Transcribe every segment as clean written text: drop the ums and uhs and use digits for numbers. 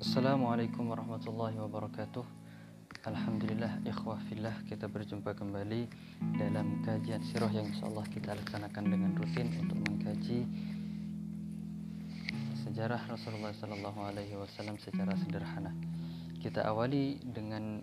Assalamualaikum warahmatullahi wabarakatuh. Alhamdulillah, ikhwah fillah, kita berjumpa kembali dalam kajian sirah yang insyaallah kita laksanakan dengan rutin untuk mengkaji sejarah Rasulullah sallallahu alaihi wasallam secara sederhana. Kita awali dengan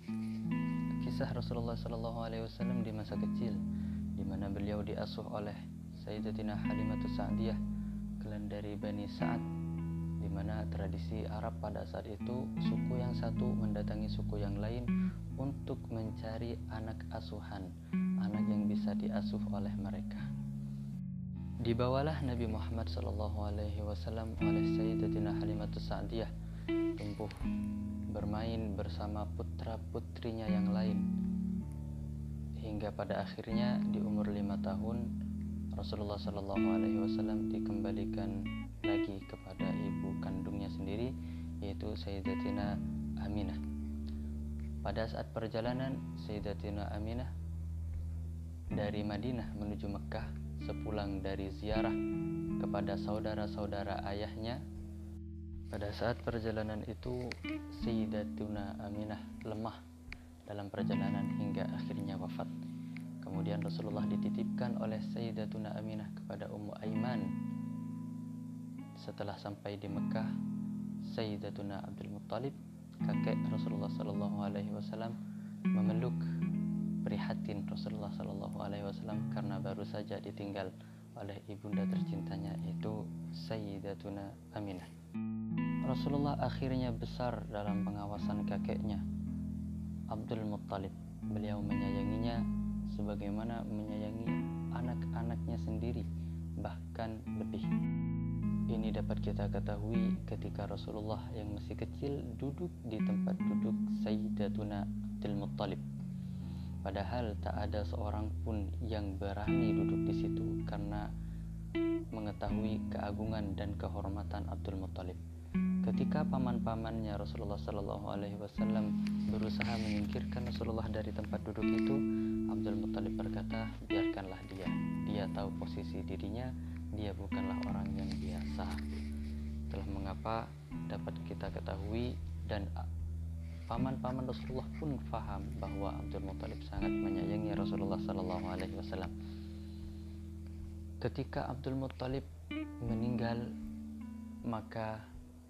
kisah Rasulullah sallallahu alaihi wasallam di masa kecil, di mana beliau diasuh oleh Sayyidatina Halimatus Sa'diyah, klan dari Bani Sa'ad, di mana tradisi Arab pada saat itu suku yang satu mendatangi suku yang lain untuk mencari anak asuhan, anak yang bisa diasuh oleh mereka. Dibawalah Nabi Muhammad SAW oleh Sayyidatina Halimatus Sa'diyah tumbuh bermain bersama putra-putrinya yang lain, hingga pada akhirnya di umur 5 tahun Rasulullah SAW dikembalikan lagi kepada ibu kandungnya sendiri, yaitu Sayyidatina Aminah. Pada saat perjalanan Sayyidatina Aminah dari Madinah menuju Mekah, sepulang dari ziarah kepada saudara-saudara ayahnya, pada saat perjalanan itu Sayyidatuna Aminah lemah dalam perjalanan hingga akhirnya wafat. Kemudian Rasulullah dititipkan oleh Sayyidatuna Aminah kepada Ummu Aiman. Setelah sampai di Mekah, Sayyidatuna Abdul Muttalib, kakek Rasulullah SAW, memeluk prihatin Rasulullah SAW karena baru saja ditinggal oleh ibunda tercintanya, yaitu Sayyidatuna Aminah. Rasulullah akhirnya besar dalam pengawasan kakeknya Abdul Muttalib. Beliau menyayanginya sebagaimana menyayangi anak-anaknya sendiri, bahkan lebih. Ini dapat kita ketahui ketika Rasulullah yang masih kecil duduk di tempat duduk Sayyidatuna Abdul Muttalib. Padahal tak ada seorang pun yang berani duduk di situ karena mengetahui keagungan dan kehormatan Abdul Muttalib. Ketika paman-pamannya Rasulullah SAW berusaha menyingkirkan Rasulullah dari tempat duduk itu, Abdul Muttalib berkata, biarkanlah dia tahu posisi dirinya, dia bukanlah orang yang biasa. Itulah mengapa dapat kita ketahui, dan paman-paman Rasulullah pun faham bahwa Abdul Muttalib sangat menyayangi Rasulullah SAW. Ketika Abdul Muttalib meninggal, maka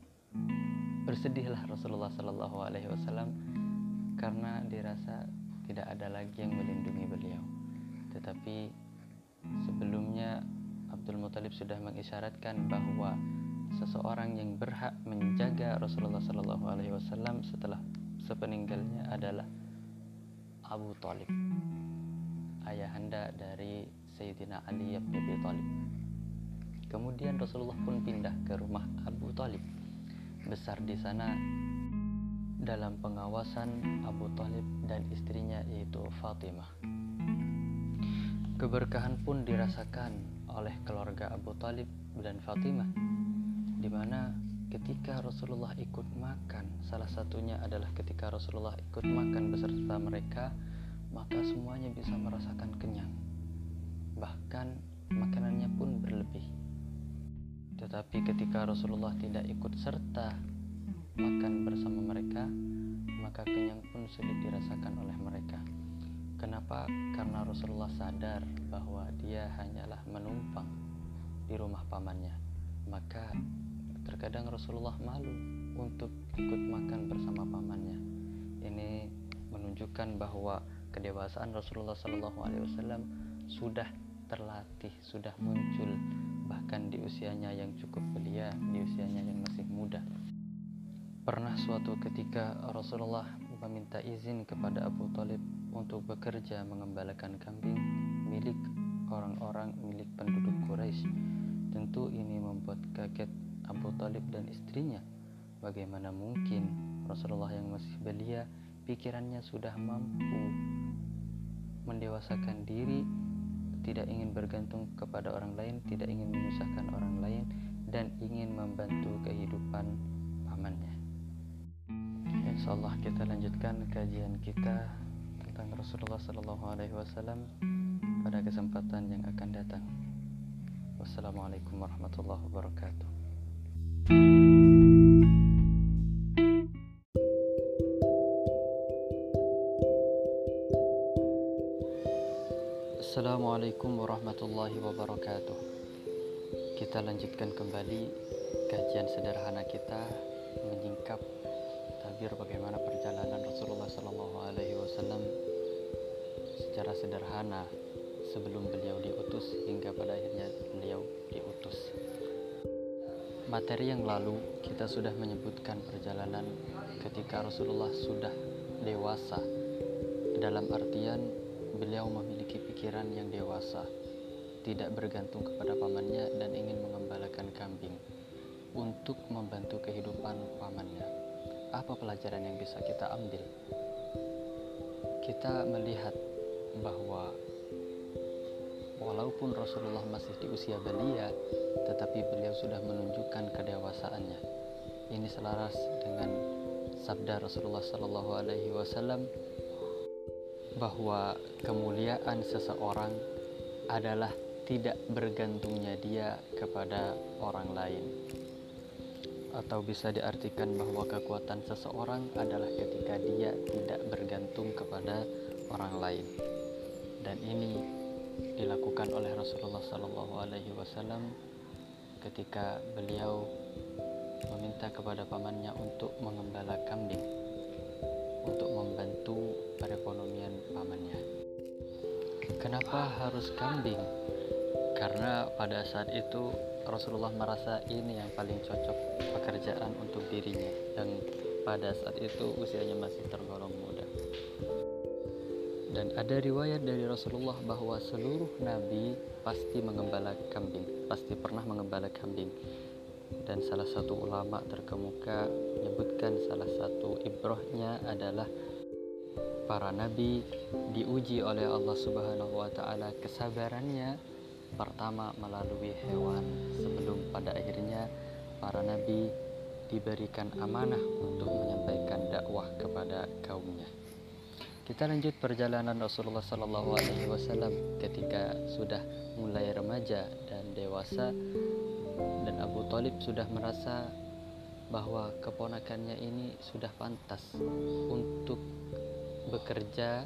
bersedihlah Rasulullah SAW karena dirasa tidak ada lagi yang melindungi beliau. Tetapi sebelumnya Abdul Muttalib sudah mengisyaratkan bahwa seseorang yang berhak menjaga Rasulullah SAW setelah sepeninggalnya adalah Abu Thalib, ayahanda dari Sayyidina Ali bin Abi Thalib. Kemudian Rasulullah pun pindah ke rumah Abu Thalib, besar di sana dalam pengawasan Abu Thalib dan istrinya, yaitu Fatimah. Keberkahan pun dirasakan oleh keluarga Abu Thalib dan Fatimah, di mana ketika Rasulullah ikut makan, salah satunya adalah ketika Rasulullah ikut makan beserta mereka, maka semuanya bisa merasakan kenyang, bahkan makanannya pun berlebih. Tetapi ketika Rasulullah tidak ikut serta makan bersama mereka, maka kenyang pun sulit dirasakan oleh mereka. Kenapa? Karena Rasulullah sadar bahwa dia hanyalah menumpang di rumah pamannya. Maka terkadang Rasulullah malu untuk ikut makan bersama pamannya. Ini menunjukkan bahwa kedewasaan Rasulullah SAW sudah terlatih, sudah muncul bahkan di usianya yang cukup belia, di usianya yang masih muda. Pernah suatu ketika Rasulullah meminta izin kepada Abu Thalib untuk bekerja mengembalakan kambing milik orang-orang, milik penduduk Quraisy. Tentu ini membuat kaget Abu Thalib dan istrinya. Bagaimana mungkin Rasulullah yang masih belia, pikirannya sudah mampu mendewasakan diri, tidak ingin bergantung kepada orang lain, tidak ingin menyusahkan orang lain, dan ingin membantu kehidupan pamannya. Insyaallah kita lanjutkan kajian kita tentang Rasulullah SAW pada kesempatan yang akan datang. Wassalamualaikum warahmatullahi wabarakatuh. Assalamualaikum warahmatullahi wabarakatuh. Kita lanjutkan kembali kajian sederhana kita menyingkap tabir bagaimana perjalanan Rasulullah SAW secara sederhana sebelum beliau diutus hingga pada akhirnya beliau diutus. Materi yang lalu kita sudah menyebutkan perjalanan ketika Rasulullah sudah dewasa, dalam artian beliau memiliki pikiran yang dewasa, tidak bergantung kepada pamannya dan ingin mengembalakan kambing untuk membantu kehidupan pamannya. Apa pelajaran yang bisa kita ambil? Kita melihat bahwa walaupun Rasulullah masih di usia belia, tetapi beliau sudah menunjukkan kedewasaannya. Ini selaras dengan sabda Rasulullah SAW bahwa kemuliaan seseorang adalah tidak bergantungnya dia kepada orang lain, atau bisa diartikan bahwa kekuatan seseorang adalah ketika dia tidak bergantung kepada orang lain. Dan ini dilakukan oleh Rasulullah SAW ketika beliau meminta kepada pamannya untuk mengembala kambing untuk membantu perekonomian pamannya. Kenapa harus kambing? Karena pada saat itu Rasulullah merasa ini yang paling cocok pekerjaan untuk dirinya, dan pada saat itu usianya masih tergolong muda. Dan ada riwayat dari Rasulullah bahwa seluruh nabi pasti mengembala kambing, pasti pernah mengembala kambing. Dan salah satu ulama terkemuka menyebutkan salah satu ibrahnya adalah para nabi diuji oleh Allah Subhanahu wa taala kesabarannya pertama melalui hewan, sebelum pada akhirnya para nabi diberikan amanah untuk menyampaikan dakwah kepada kaumnya. Kita lanjut perjalanan Rasulullah SAW ketika sudah mulai remaja dan dewasa, dan Abu Thalib sudah merasa bahwa keponakannya ini sudah pantas untuk bekerja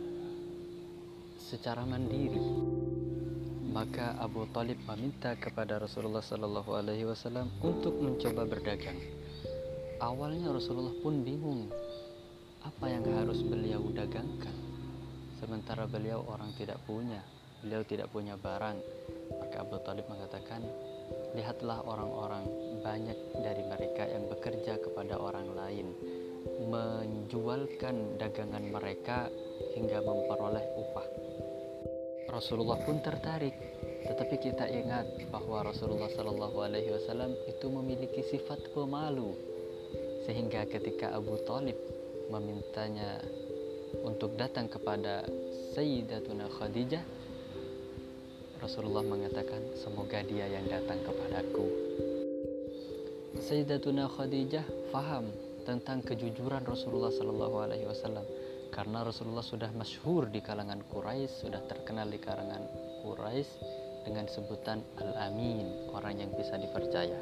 secara mandiri. Maka Abu Thalib meminta kepada Rasulullah SAW untuk mencoba berdagang. Awalnya Rasulullah pun bingung apa yang harus beliau dagangkan, sementara beliau orang tidak punya, beliau tidak punya barang. Maka Abu Thalib mengatakan, lihatlah orang-orang banyak dari mereka yang bekerja kepada orang lain, menjualkan dagangan mereka hingga memperoleh upah. Rasulullah pun tertarik, tetapi kita ingat bahwa Rasulullah SAW itu memiliki sifat pemalu, sehingga ketika Abu Thalib memintanya untuk datang kepada Sayyidatuna Khadijah, Rasulullah mengatakan, semoga dia yang datang kepadaku. Sayyidatuna Khadijah faham tentang kejujuran Rasulullah SAW, karena Rasulullah sudah masyhur di kalangan Quraisy, sudah terkenal di kalangan Quraisy dengan sebutan Al-Amin, orang yang bisa dipercaya.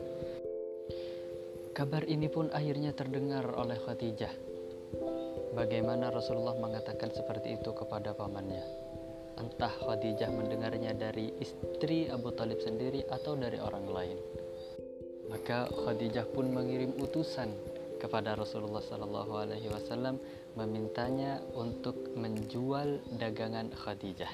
Kabar ini pun akhirnya terdengar oleh Khadijah. Bagaimana Rasulullah mengatakan seperti itu kepada pamannya? Entah Khadijah mendengarnya dari istri Abu Thalib sendiri atau dari orang lain. Maka Khadijah pun mengirim utusan kepada Rasulullah SAW memintanya untuk menjual dagangan Khadijah.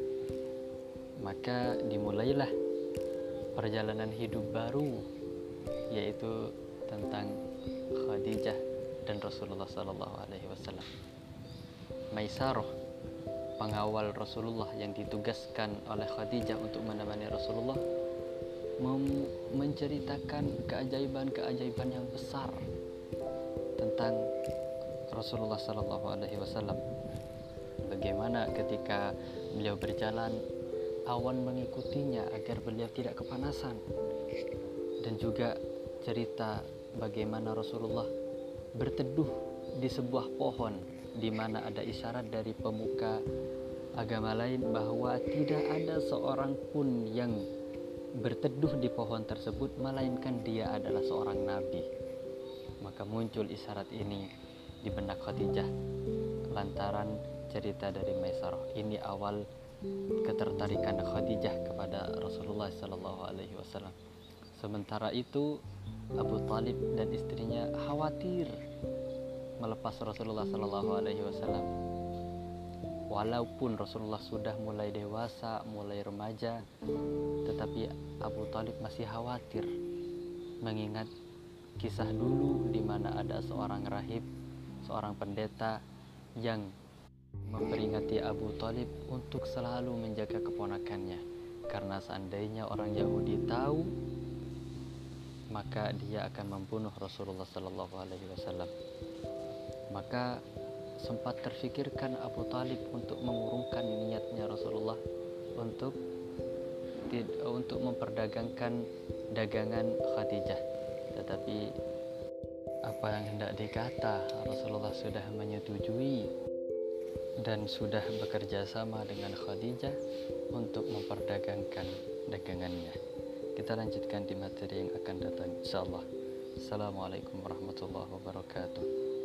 Maka dimulailah perjalanan hidup baru, yaitu tentang Khadijah dan Rasulullah SAW. Maisarah, pengawal Rasulullah yang ditugaskan oleh Khadijah untuk menemani Rasulullah, menceritakan keajaiban-keajaiban yang besar tentang Rasulullah SAW. Bagaimana ketika beliau berjalan, awan mengikutinya agar beliau tidak kepanasan, dan juga cerita bagaimana Rasulullah berteduh di sebuah pohon di mana ada isyarat dari pemuka agama lain bahwa tidak ada seorang pun yang berteduh di pohon tersebut melainkan dia adalah seorang nabi. Maka muncul isyarat ini di benak Khadijah lantaran cerita dari Maisarah. Ini awal ketertarikan Khadijah kepada Rasulullah Sallallahu Alaihi Wasallam. Sementara itu Abu Talib dan istrinya khawatir melepas Rasulullah Sallallahu Alaihi Wasallam. Walaupun Rasulullah sudah mulai dewasa, mulai remaja, tetapi Abu Talib masih khawatir mengingat kisah dulu di mana ada seorang rahib, seorang pendeta yang memperingati Abu Talib untuk selalu menjaga keponakannya, karena seandainya orang Yahudi tahu, maka dia akan membunuh Rasulullah Sallallahu Alaihi Wasallam. Maka sempat terfikirkan Abu Talib untuk mengurungkan niatnya Rasulullah untuk memperdagangkan dagangan Khadijah. Tetapi apa yang hendak dikata, Rasulullah sudah menyetujui dan sudah bekerja sama dengan Khadijah untuk memperdagangkan dagangannya. Kita lanjutkan di materi yang akan datang insyaallah. Assalamualaikum warahmatullahi wabarakatuh.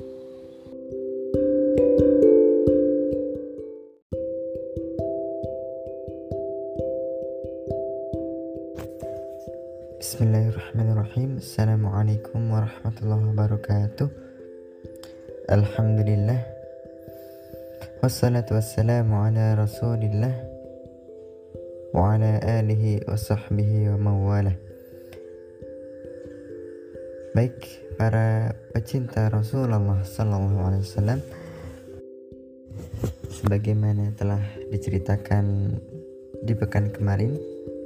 Bismillahirrahmanirrahim. Assalamualaikum warahmatullahi wabarakatuh. Alhamdulillah, wassalatu wassalamu ala rasulillah wa ala alihi wa sahbihi wa mawalah. Baik para pecinta Rasulullah Sallallahu Alaihi Wasallam, sebagaimana telah diceritakan di pekan kemarin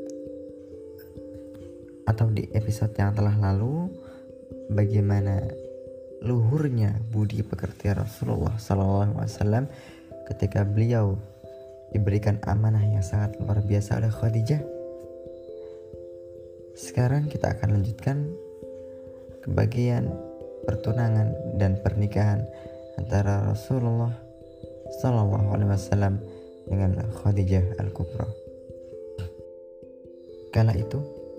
atau di episode yang telah lalu, bagaimana luhurnya budi pekerti Rasulullah SAW ketika beliau diberikan amanah yang sangat luar biasa oleh Khadijah. Sekarang kita akan lanjutkan ke bagian pertunangan dan pernikahan antara Rasulullah SAW dengan Khadijah Al-Kubra. Kala itu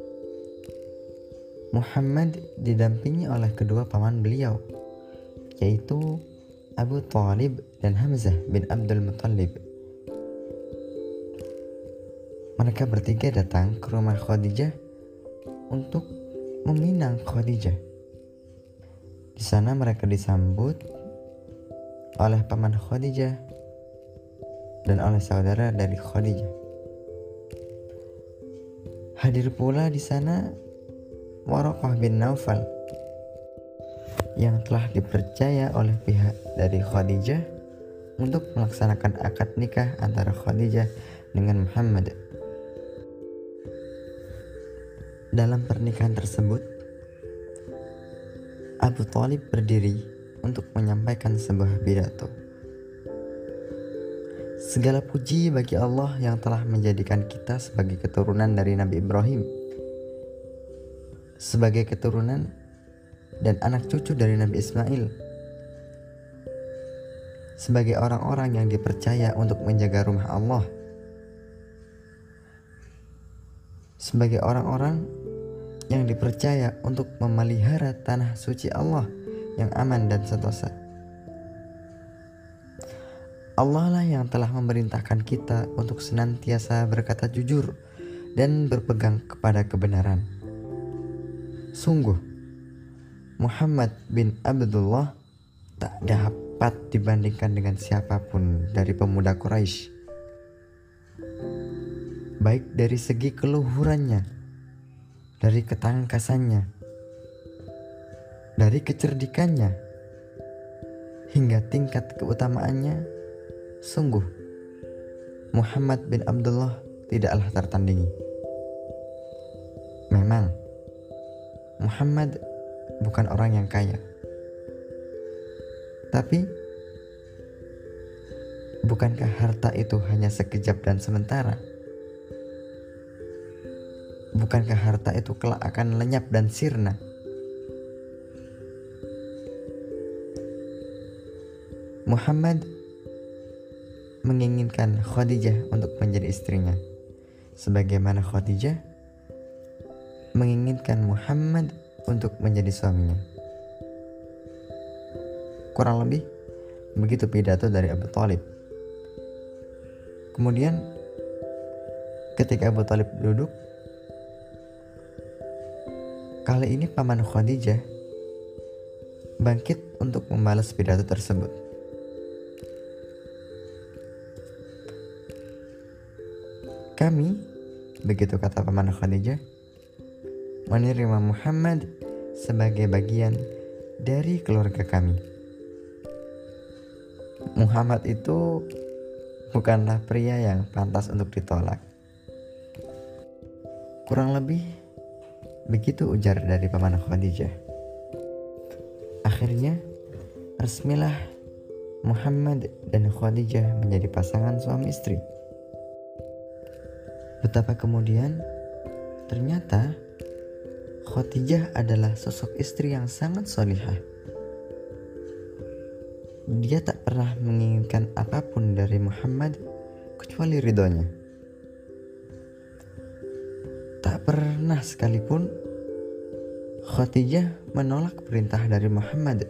Muhammad didampingi oleh kedua paman beliau, yaitu Abu Talib dan Hamzah bin Abdul Muttalib. Mereka bertiga datang ke rumah Khadijah untuk meminang Khadijah. Di sana mereka disambut oleh paman Khadijah dan oleh saudara dari Khadijah. Hadir pula di sana Waraqah bin Naufal yang telah dipercaya oleh pihak dari Khadijah untuk melaksanakan akad nikah antara Khadijah dengan Muhammad. Dalam pernikahan tersebut, Abu Talib berdiri untuk menyampaikan sebuah pidato. Segala puji bagi Allah yang telah menjadikan kita sebagai keturunan dari Nabi Ibrahim, sebagai keturunan dan anak cucu dari Nabi Ismail, sebagai orang-orang yang dipercaya untuk menjaga rumah Allah, sebagai orang-orang yang dipercaya untuk memelihara tanah suci Allah yang aman dan sentosa. Allah lah yang telah memerintahkan kita untuk senantiasa berkata jujur dan berpegang kepada kebenaran. Sungguh, Muhammad bin Abdullah tak dapat dibandingkan dengan siapapun dari pemuda Quraisy, baik dari segi keluhurannya, dari ketangkasannya, dari kecerdikannya, hingga tingkat keutamaannya. Sungguh, Muhammad bin Abdullah tidaklah tertandingi. Memang Muhammad bukan orang yang kaya, tapi bukankah harta itu hanya sekejap dan sementara? Bukankah harta itu kelak akan lenyap dan sirna? Muhammad menginginkan Khadijah untuk menjadi istrinya, sebagaimana Khadijah menginginkan Muhammad untuk menjadi suaminya. Kurang lebih begitu pidato dari Abu Talib. Kemudian Ketika Abu Thalib duduk, kali ini paman Khadijah bangkit untuk membalas pidato tersebut. Kami, begitu kata paman Khadijah, menerima Muhammad sebagai bagian dari keluarga kami. Muhammad itu bukanlah pria yang pantas untuk ditolak. Kurang lebih begitu ujar dari paman Khadijah. Akhirnya resmilah Muhammad dan Khadijah menjadi pasangan suami istri. Betapa kemudian ternyata Khadijah adalah sosok istri yang sangat solihah. Dia tak pernah menginginkan apapun dari Muhammad kecuali ridhonya. Tak pernah sekalipun Khadijah menolak perintah dari Muhammad.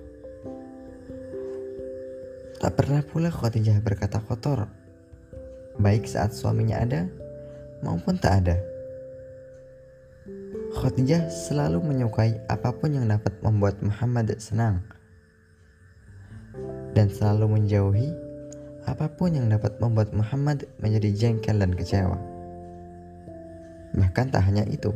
Tak pernah pula Khadijah berkata kotor, baik saat suaminya ada maupun tak ada. Khadijah selalu menyukai apapun yang dapat membuat Muhammad senang, dan selalu menjauhi apapun yang dapat membuat Muhammad menjadi jengkel dan kecewa. Bahkan tak hanya itu,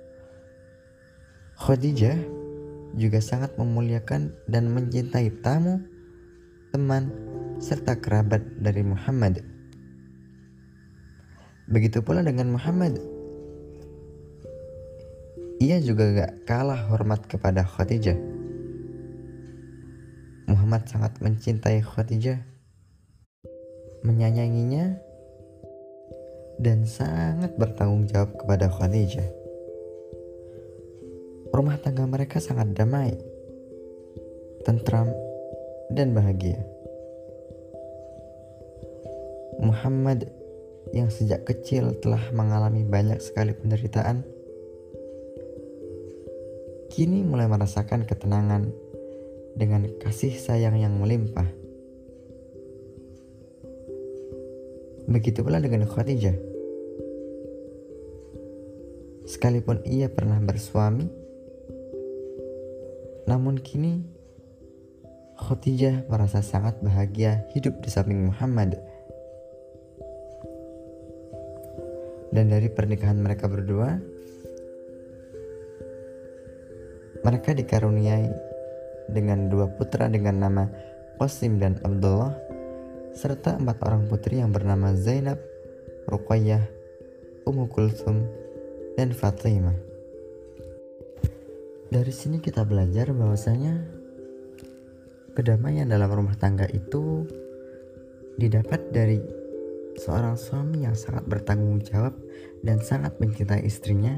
Khadijah juga sangat memuliakan dan mencintai tamu, teman, serta kerabat dari Muhammad. Begitu pula dengan Muhammad. Ia juga gak kalah hormat kepada Khadijah. Muhammad sangat mencintai Khadijah, menyayanginya, dan sangat bertanggung jawab kepada Khadijah. Rumah tangga mereka sangat damai, tentram, dan bahagia. Muhammad yang sejak kecil telah mengalami banyak sekali penderitaan, kini mulai merasakan ketenangan dengan kasih sayang yang melimpah. Begitu pula dengan Khadijah. Sekalipun ia pernah bersuami, namun kini Khadijah merasa sangat bahagia hidup di samping Muhammad. Dan dari pernikahan mereka berdua, mereka dikaruniai dengan 2 putra dengan nama Qasim dan Abdullah, serta 4 orang putri yang bernama Zainab, Ruqayyah, Ummu Kulthum, dan Fatimah. Dari sini kita belajar bahwasanya kedamaian dalam rumah tangga itu didapat dari seorang suami yang sangat bertanggung jawab dan sangat mencintai istrinya,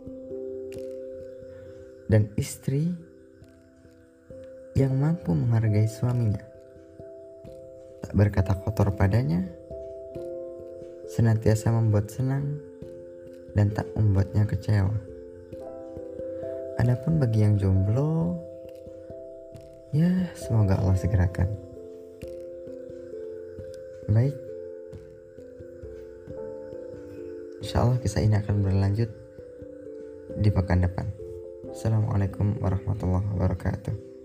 dan istri yang mampu menghargai suaminya, tak berkata kotor padanya, senantiasa membuat senang, dan tak membuatnya kecewa. Adapun bagi yang jomblo, ya semoga Allah segerakan. Baik, insya Allah kisah ini akan berlanjut di pekan depan. Assalamualaikum warahmatullahi wabarakatuh.